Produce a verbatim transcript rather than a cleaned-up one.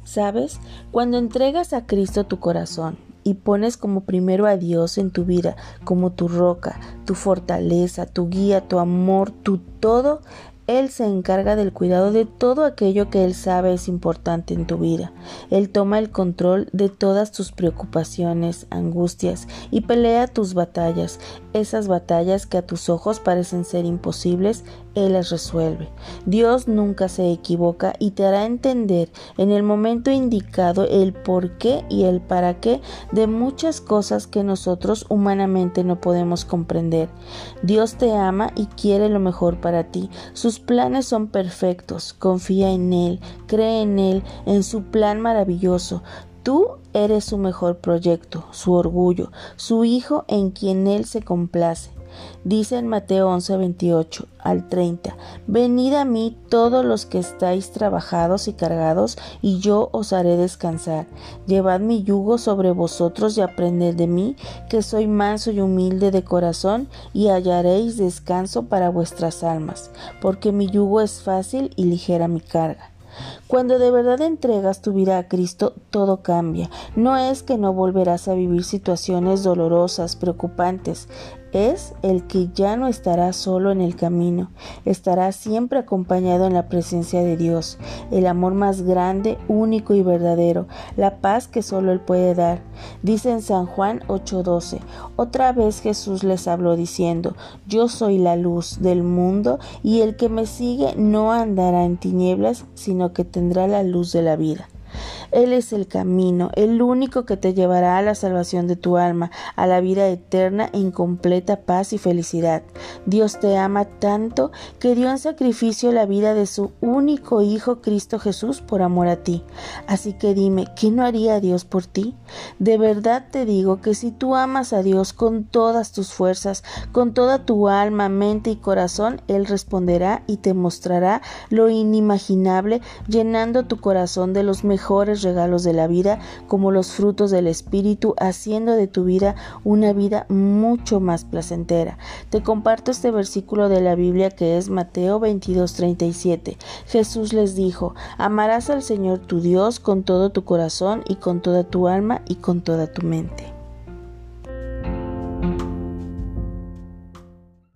¿Sabes? Cuando entregas a Cristo tu corazón y pones como primero a Dios en tu vida, como tu roca, tu fortaleza, tu guía, tu amor, tu todo, Él se encarga del cuidado de todo aquello que Él sabe es importante en tu vida. Él toma el control de todas tus preocupaciones, angustias y pelea tus batallas. Esas batallas que a tus ojos parecen ser imposibles, Él las resuelve. Dios nunca se equivoca y te hará entender en el momento indicado el por qué y el para qué de muchas cosas que nosotros humanamente no podemos comprender. Dios te ama y quiere lo mejor para ti. Sus planes son perfectos. Confía en Él, cree en Él, en su plan maravilloso. Tú eres su mejor proyecto, su orgullo, su hijo en quien Él se complace. Dice en Mateo once, veintiocho al treinta, venid a mí todos los que estáis trabajados y cargados, y yo os haré descansar. Llevad mi yugo sobre vosotros y aprended de mí, que soy manso y humilde de corazón, y hallaréis descanso para vuestras almas, porque mi yugo es fácil y ligera mi carga. Cuando de verdad entregas tu vida a Cristo, todo cambia. No es que no volverás a vivir situaciones dolorosas, preocupantes. Es el que ya no estarás solo en el camino. Estarás siempre acompañado en la presencia de Dios. El amor más grande, único y verdadero. La paz que solo Él puede dar. Dice en San Juan ocho doce. Otra vez Jesús les habló diciendo, yo soy la luz del mundo y el que me sigue no andará en tinieblas, sino que tendrá la luz de la vida. Él es el camino, el único que te llevará a la salvación de tu alma, a la vida eterna en completa paz y felicidad. Dios te ama tanto que dio en sacrificio la vida de su único Hijo Cristo Jesús por amor a ti. Así que dime, ¿qué no haría Dios por ti? De verdad te digo que si tú amas a Dios con todas tus fuerzas, con toda tu alma, mente y corazón, Él responderá y te mostrará lo inimaginable, llenando tu corazón de los mejores regalos de la vida, como los frutos del Espíritu, haciendo de tu vida una vida mucho más placentera. Te comparto este versículo de la Biblia que es Mateo veintidós, treinta y siete. Jesús les dijo, amarás al Señor tu Dios con todo tu corazón y con toda tu alma y con toda tu mente.